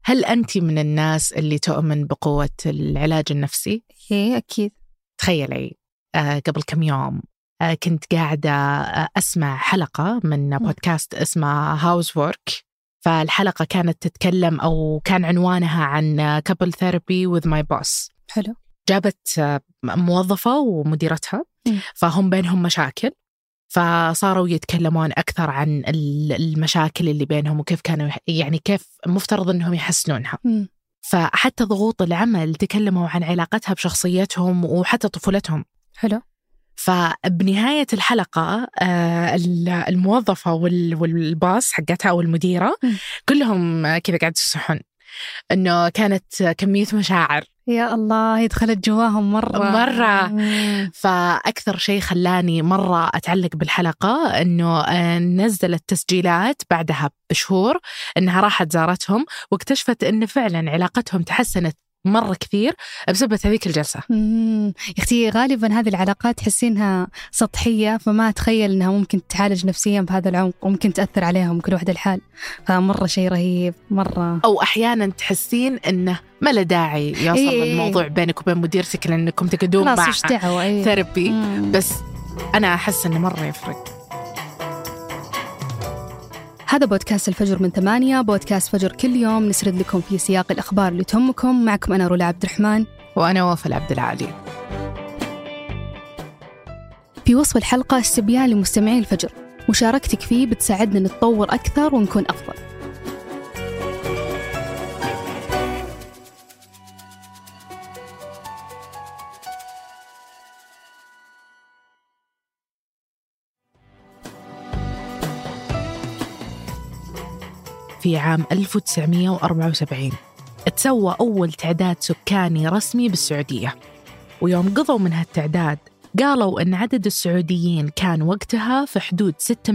هل أنت من الناس اللي تؤمن بقوة العلاج النفسي؟ إيه أكيد. تخيلي قبل كم يوم كنت قاعدة أسمع حلقة من بودكاست اسمه هاوس وورك. فالحلقة كانت تتكلم أو كان عنوانها عن couple therapy with my boss. حلو. جابت موظفة ومديرتها فهم بينهم مشاكل، فصاروا يتكلمون أكثر عن المشاكل اللي بينهم وكيف كانوا يعني كيف مفترض أنهم يحسنونها. فحتى ضغوط العمل تكلموا عن علاقتها بشخصيتهم وحتى طفولتهم. حلو. فبنهاية الحلقة الموظفة والباص حقتها أو المديرة كلهم كذا قاعد يصحون إنه كانت كمية مشاعر يا الله يدخلت جواهم مرة. فأكثر شيء خلاني مرة أتعلق بالحلقة إنه نزلت تسجيلات بعدها بشهور إنها راحت زارتهم واكتشفت إن فعلا علاقتهم تحسنت مرة كثير بسبب هذيك الجلسة. يا أختي غالبا هذه العلاقات تحسينها سطحية، فما أتخيل أنها ممكن تعالج نفسيا بهذا العمق وممكن تأثر عليهم كل واحد الحال. فمرة شيء رهيب مرة. أو أحيانا تحسين أنه ما له داعي يوصل الموضوع بينك وبين مديرتك لأنكم تقعدون مع ثيرابي. بس أنا أحس أنه مرة يفرق. هذا بودكاست الفجر من 8، بودكاست فجر كل يوم نسرد لكم في سياق الأخبار اللي تهمكم. معكم أنا رولا عبد الرحمن وأنا وفاء عبد العالي. في وصف الحلقة استبيان لمستمعي الفجر، مشاركتك فيه بتساعدنا نتطور أكثر ونكون أفضل. في عام 1974 تسوى أول تعداد سكاني رسمي بالسعودية، ويوم قضوا من هالتعداد قالوا أن عدد السعوديين كان وقتها في حدود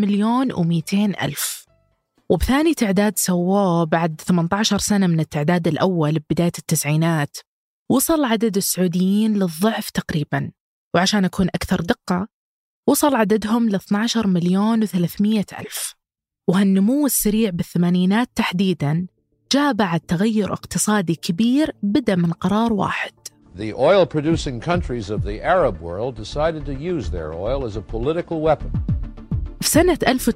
6,200,000. وبثاني تعداد سووه بعد 18 سنة من التعداد الأول ببداية التسعينات وصل عدد السعوديين للضعف تقريباً، وعشان أكون أكثر دقة وصل عددهم ل 12,300,000. وهالنمو السريع بالثمانينات تحديداً جاء بعد تغير اقتصادي كبير بدأ من قرار واحد. The oil-producing countries of the Arab world decided to use their oil as a political weapon. في سنة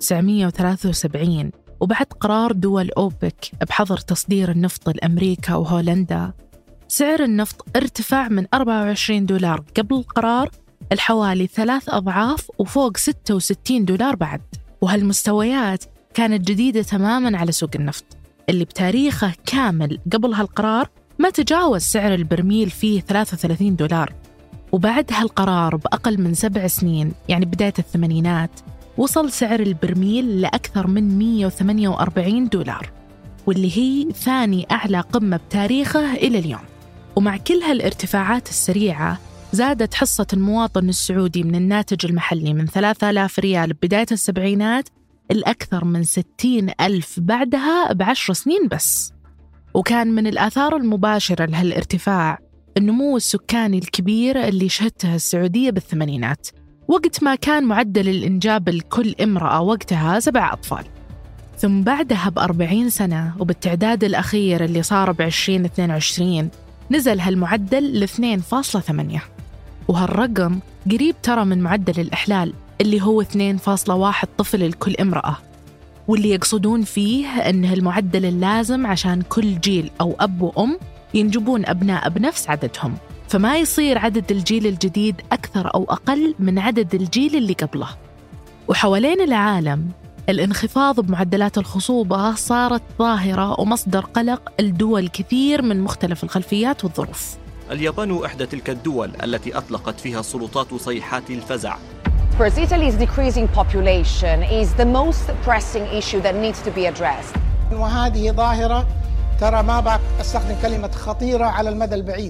1973 وبعد قرار دول أوبك بحظر تصدير النفط لأمريكا وهولندا، سعر النفط ارتفع من $24 قبل القرار الحوالي 3 أضعاف وفوق $66 بعد. وهالمستويات كانت جديدة تماماً على سوق النفط اللي بتاريخه كامل قبل هالقرار ما تجاوز سعر البرميل فيه $33. وبعد هالقرار بأقل من 7 سنين يعني بداية الثمانينات وصل سعر البرميل لأكثر من $148، واللي هي ثاني أعلى قمة بتاريخه إلى اليوم. ومع كل هالارتفاعات السريعة زادت حصة المواطن السعودي من الناتج المحلي من 3,000 ريال بداية السبعينات الأكثر من 60,000 بعدها ب10 سنين بس. وكان من الآثار المباشرة لهالارتفاع النمو السكاني الكبير اللي شهدته السعودية بالثمانينات، وقت ما كان معدل الإنجاب لكل امرأة وقتها 7 أطفال. ثم بعدها ب40 سنة وبالتعداد الأخير اللي صار ب2022 نزل هالمعدل ل 2.8، وهالرقم قريب ترى من معدل الإحلال اللي هو 2.1 طفل لكل امرأة، واللي يقصدون فيه أنه المعدل اللازم عشان كل جيل أو أب وأم ينجبون أبناء بنفس عددهم، فما يصير عدد الجيل الجديد أكثر أو أقل من عدد الجيل اللي قبله. وحوالين العالم الانخفاض بمعدلات الخصوبة صارت ظاهرة ومصدر قلق لدول كثير من مختلف الخلفيات والظروف. اليابان إحدى تلك الدول التي أطلقت فيها السلطات صيحات الفزع. First, Italy's decreasing population is the most pressing issue that needs to be addressed. وهذه ظاهرة ترى ما بعد أستخدم كلمة خطيرة على المدى البعيد.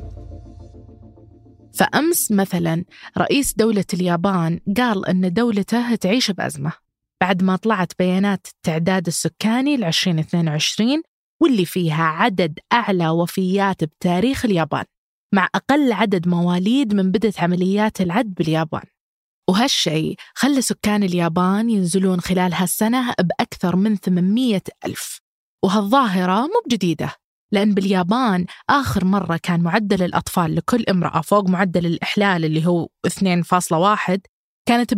فأمس مثلا رئيس دولة اليابان قال أن دولته تعيش بأزمة بعد ما طلعت بيانات التعداد السكاني ل2022 واللي فيها عدد أعلى وفيات بتاريخ اليابان مع أقل عدد مواليد من بدء عمليات العد باليابان. وهالشيء خلى سكان اليابان ينزلون خلال هالسنة بأكثر من 800,000. وهالظاهرة مو بجديدة، لأن باليابان آخر مرة كان معدل الأطفال لكل امرأة فوق معدل الإحلال اللي هو 2.1 كانت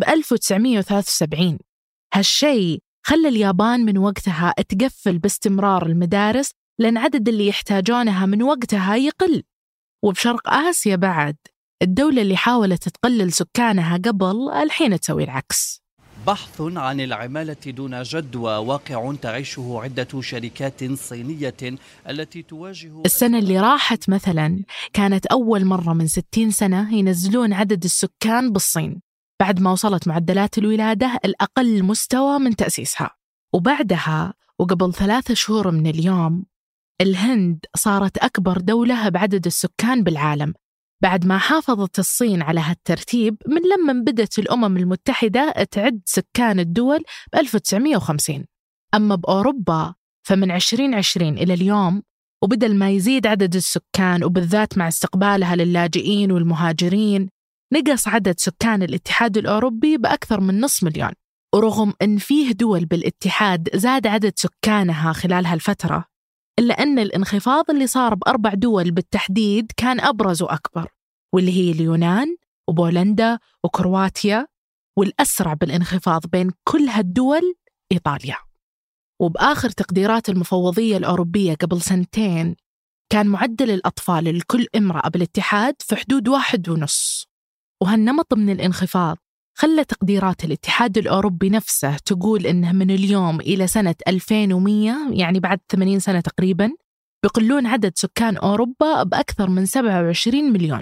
ب1973. هالشيء خلى اليابان من وقتها تقفل باستمرار المدارس لأن عدد اللي يحتاجونها من وقتها يقل. وبشرق آسيا بعد الدولة اللي حاولت تقلل سكانها قبل الحين تسوي العكس. بحث عن العمالة دون جدوى واقع تعيشه عدة شركات صينية التي تواجه السنة اللي راحت مثلا كانت أول مرة من 60 سنة ينزلون عدد السكان بالصين بعد ما وصلت معدلات الولادة الأقل مستوى من تأسيسها. وبعدها وقبل 3 شهور من اليوم الهند صارت أكبر دولة بعدد السكان بالعالم بعد ما حافظت الصين على هالترتيب من لما بدت الأمم المتحدة تعد سكان الدول ب1950. أما بأوروبا فمن 2020 إلى اليوم وبدل ما يزيد عدد السكان وبالذات مع استقبالها للاجئين والمهاجرين نقص عدد سكان الاتحاد الأوروبي بأكثر من 500,000. ورغم أن فيه دول بالاتحاد زاد عدد سكانها خلال هالفترة إلا أن الانخفاض اللي صار ب4 دول بالتحديد كان أبرز وأكبر واللي هي اليونان وبولندا وكرواتيا، والأسرع بالانخفاض بين كل هالدول إيطاليا. وبآخر تقديرات المفوضية الأوروبية قبل 2 سنين كان معدل الأطفال لكل امرأة بالاتحاد في حدود 1.5. وهالنمط من الانخفاض خلى تقديرات الاتحاد الأوروبي نفسه تقول إنه من اليوم إلى سنة 2100 يعني بعد 80 سنة تقريباً بيقلون عدد سكان أوروبا بأكثر من 27 مليون،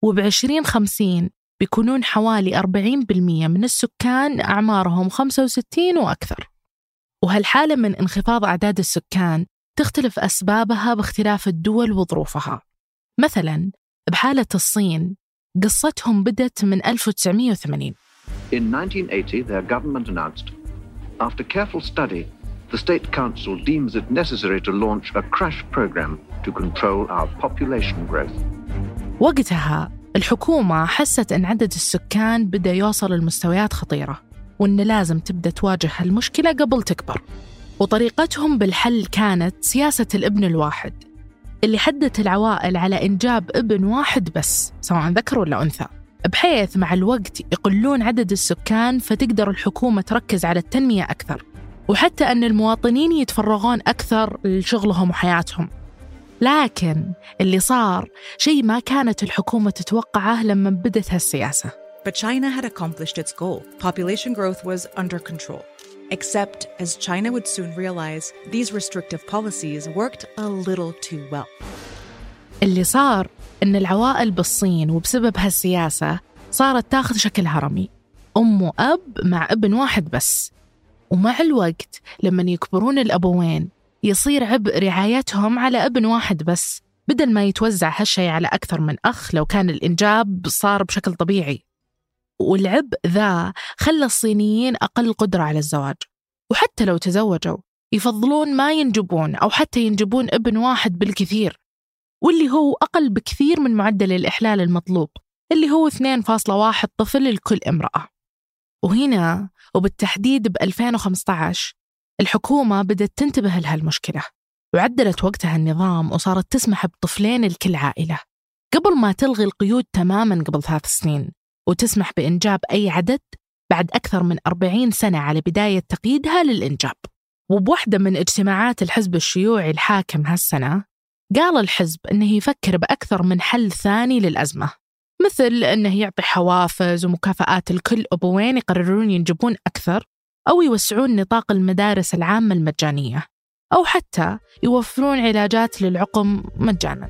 وب2050 بيكونون حوالي 40% من السكان أعمارهم 65 وأكثر. وهالحالة من انخفاض أعداد السكان تختلف أسبابها باختلاف الدول وظروفها. مثلاً بحالة الصين قصتهم بدت من 1980. In 1980, their government announced, after careful study, the State Council deems it necessary to launch a crash program to control our population growth. وقتها الحكومة حست أن عدد السكان بدأ يوصل لمستويات خطيرة وأن لازم تبدأ تواجه المشكلة قبل تكبر. وطريقتهم بالحل كانت سياسة الابن الواحد اللي حدت العوائل على إنجاب ابن واحد بس سواء ذكر ولا أنثى، بحيث مع الوقت يقلون عدد السكان فتقدر الحكومة تركز على التنمية أكثر، وحتى أن المواطنين يتفرغون أكثر لشغلهم وحياتهم. لكن اللي صار شيء ما كانت الحكومة تتوقعه لما بدت هالسياسة. But China had accomplished its goal. Population growth was under control. Except, as China would soon realize, these restrictive policies worked a little too well. اللي صار إن العوائل بالصين وبسبب هالسياسة صارت تاخذ شكل هرمي، أم وأب مع ابن واحد بس. ومع الوقت لما يكبرون الأبوين يصير عبء رعايتهم على ابن واحد بس بدل ما يتوزع هالشي على أكثر من أخ لو كان الإنجاب صار بشكل طبيعي. والعبء ذا خلى الصينيين أقل قدرة على الزواج، وحتى لو تزوجوا يفضلون ما ينجبون أو حتى ينجبون ابن واحد بالكثير، واللي هو أقل بكثير من معدل الإحلال المطلوب اللي هو 2.1 طفل لكل امرأة. وهنا وبالتحديد ب2015 الحكومة بدأت تنتبه لهالمشكلة وعدلت وقتها النظام وصارت تسمح بطفلين لكل عائلة قبل ما تلغي القيود تماماً قبل 3 سنين وتسمح بإنجاب أي عدد بعد أكثر من 40 سنة على بداية تقييدها للإنجاب. وبواحدة من اجتماعات الحزب الشيوعي الحاكم هالسنة قال الحزب أنه يفكر بأكثر من حل ثاني للأزمة، مثل أنه يعطي حوافز ومكافآت لكل أبوين يقررون ينجبون أكثر، أو يوسعون نطاق المدارس العامة المجانية، أو حتى يوفرون علاجات للعقم مجاناً.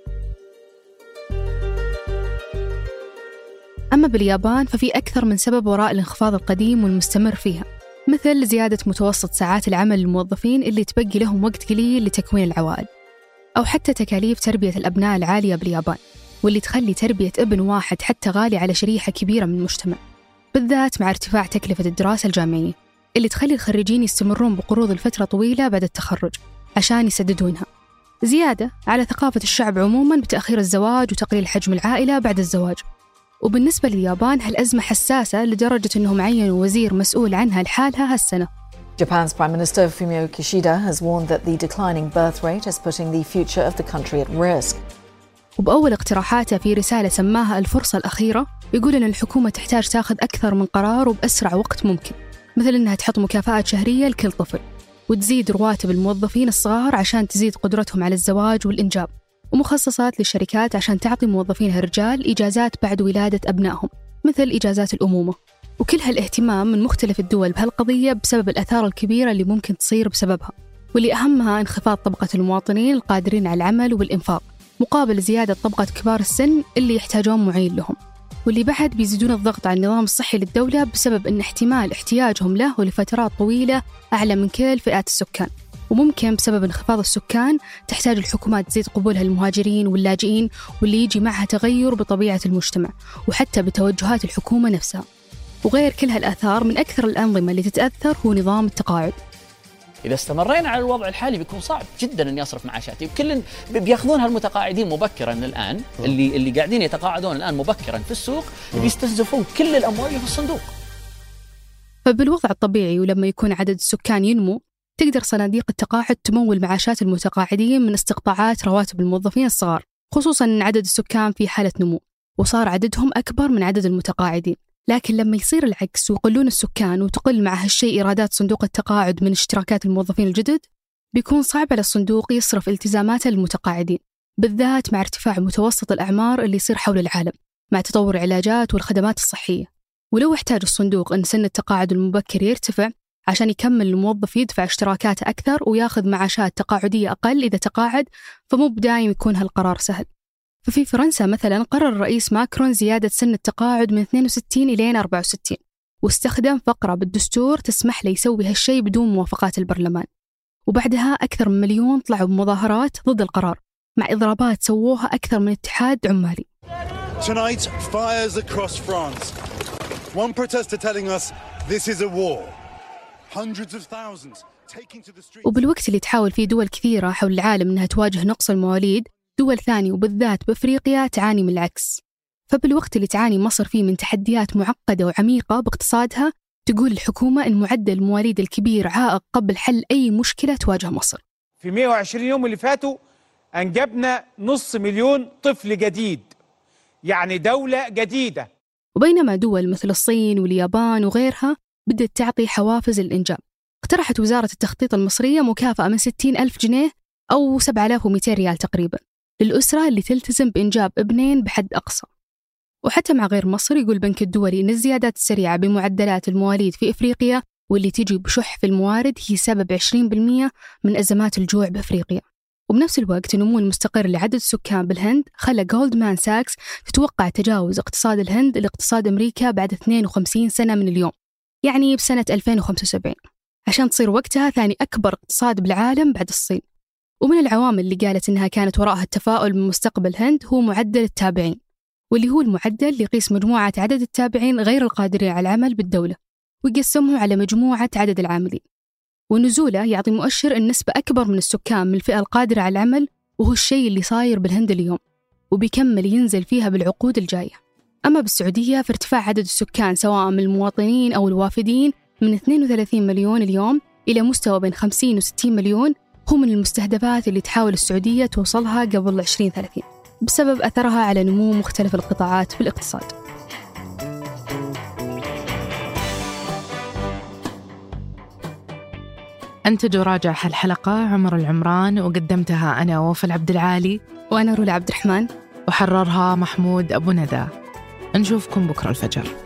أما باليابان ففي أكثر من سبب وراء الانخفاض القديم والمستمر فيها، مثل زيادة متوسط ساعات العمل للموظفين اللي تبقي لهم وقت قليل لتكوين العوائل، أو حتى تكاليف تربية الأبناء العالية باليابان واللي تخلي تربية ابن واحد حتى غالي على شريحة كبيرة من المجتمع، بالذات مع ارتفاع تكلفة الدراسة الجامعية اللي تخلي الخريجين يستمرون بقروض لفترة طويلة بعد التخرج عشان يسددونها، زيادة على ثقافة الشعب عموما بتأخير الزواج وتقليل حجم العائلة بعد الزواج. وبالنسبة لليابان هالأزمة حساسة لدرجة أنهم عينوا وزير مسؤول عنها لحالها هالسنة، Japan's Prime Minister Fumio Kishida has warned that the declining birth rate is putting the future of the country at risk. وبأول اقتراحاته في رسالة سماها الفرصة الأخيرة، يقول أن الحكومة تحتاج تاخذ أكثر من قرار وبأسرع وقت ممكن، مثل أنها تحط مكافآت شهرية لكل طفل، وتزيد رواتب الموظفين الصغار عشان تزيد قدرتهم على الزواج والإنجاب، ومخصصات للشركات عشان تعطي موظفينها الرجال إجازات بعد ولادة أبنائهم مثل إجازات الأمومة. وكل هالاهتمام من مختلف الدول بهالقضية بسبب الآثار الكبيرة اللي ممكن تصير بسببها، واللي أهمها انخفاض طبقة المواطنين القادرين على العمل والإنفاق مقابل زيادة طبقة كبار السن اللي يحتاجون معين لهم، واللي بعد بيزيدون الضغط على النظام الصحي للدولة بسبب أن احتمال احتياجهم له لفترات طويلة أعلى من كل فئات السكان. وممكن بسبب انخفاض السكان تحتاج الحكومات تزيد قبولها للمهاجرين واللاجئين، واللي يجي معها تغير بطبيعة المجتمع وحتى بتوجهات الحكومة نفسها. وغير كل هالآثار، من أكثر الأنظمة اللي تتأثر هو نظام التقاعد. إذا استمرينا على الوضع الحالي بيكون صعب جدا أن يصرف معاشاتي، وكل بياخذونها المتقاعدين مبكرا الآن، اللي قاعدين يتقاعدون الآن مبكرا في السوق بيستنزفون كل الأموال في الصندوق. فبالوضع الطبيعي ولما يكون عدد السكان ينمو، تقدر صناديق التقاعد تمول معاشات المتقاعدين من استقطاعات رواتب الموظفين الصغار، خصوصا أن عدد السكان في حالة نمو وصار عددهم أكبر من عدد المتقاعدين. لكن لما يصير العكس ويقلون السكان وتقل مع هالشيء إيرادات صندوق التقاعد من اشتراكات الموظفين الجدد، بيكون صعب على الصندوق يصرف التزاماته للمتقاعدين، بالذات مع ارتفاع متوسط الأعمار اللي يصير حول العالم مع تطور العلاجات والخدمات الصحية. ولو احتاج الصندوق أن سن التقاعد المبكر يرتفع عشان يكمل الموظف يدفع اشتراكاته أكثر وياخذ معاشات تقاعدية أقل إذا تقاعد، فمو بدايم يكون هالقرار سهل. ففي فرنسا مثلا قرر الرئيس ماكرون زيادة سن التقاعد من 62 إلى 64، واستخدم فقرة بالدستور تسمح له يسوي هالشيء بدون موافقات البرلمان. وبعدها أكثر من 1,000,000 طلعوا بمظاهرات ضد القرار مع إضرابات سووها أكثر من اتحاد عمالي. Tonight, fires across France. One protester telling us this is a war. Hundreds of thousands taking to the streets. وبالوقت اللي تحاول فيه دول كثيرة حول العالم أنها تواجه نقص المواليد، دول ثانية وبالذات بأفريقيا تعاني من العكس. فبالوقت اللي تعاني مصر فيه من تحديات معقدة وعميقة باقتصادها، تقول الحكومة أن معدل المواليد الكبير عائق قبل حل أي مشكلة تواجه مصر. في 120 يوم اللي فاتوا أنجبنا 500,000 طفل جديد، يعني دولة جديدة. وبينما دول مثل الصين واليابان وغيرها بدأت تعطي حوافز للإنجاب، اقترحت وزارة التخطيط المصرية مكافأة من 60,000 جنيه أو 7,200 ريال تقريباً للأسرة اللي تلتزم بإنجاب ابنين بحد أقصى. وحتى مع غير مصر، يقول البنك الدولي إن الزيادات السريعة بمعدلات المواليد في إفريقيا واللي تجي بشح في الموارد هي سبب 20% من أزمات الجوع بأفريقيا. وبنفس الوقت النمو المستقر لعدد السكان بالهند خلى جولدمان ساكس تتوقع تجاوز اقتصاد الهند لاقتصاد أمريكا بعد 52 سنة من اليوم، يعني بسنة 2075، عشان تصير وقتها ثاني أكبر اقتصاد بالعالم بعد الصين. ومن العوامل اللي قالت إنها كانت وراءها التفاؤل بمستقبل الهند هو معدل التابعين، واللي هو المعدل اللي يقيس مجموعة عدد التابعين غير القادرين على العمل بالدولة ويقسمه على مجموعة عدد العاملين. ونزوله يعطي مؤشر أن نسبة أكبر من السكان من الفئة القادرة على العمل، وهو الشيء اللي صاير بالهند اليوم وبيكمل ينزل فيها بالعقود الجاية. أما بالسعودية فارتفاع عدد السكان سواء من المواطنين أو الوافدين من 32 مليون اليوم إلى مستوى بين 50 و60 مليون هو من المستهدفات اللي تحاول السعودية توصلها قبل 2030 بسبب أثرها على نمو مختلف القطاعات في الاقتصاد. أنتج وراجع هالحلقة عمر العمران، وقدمتها أنا وفاء عبد العالي، وأنا رولا عبد الرحمن، وحررها محمود أبو ندى. نشوفكم بكرة الفجر.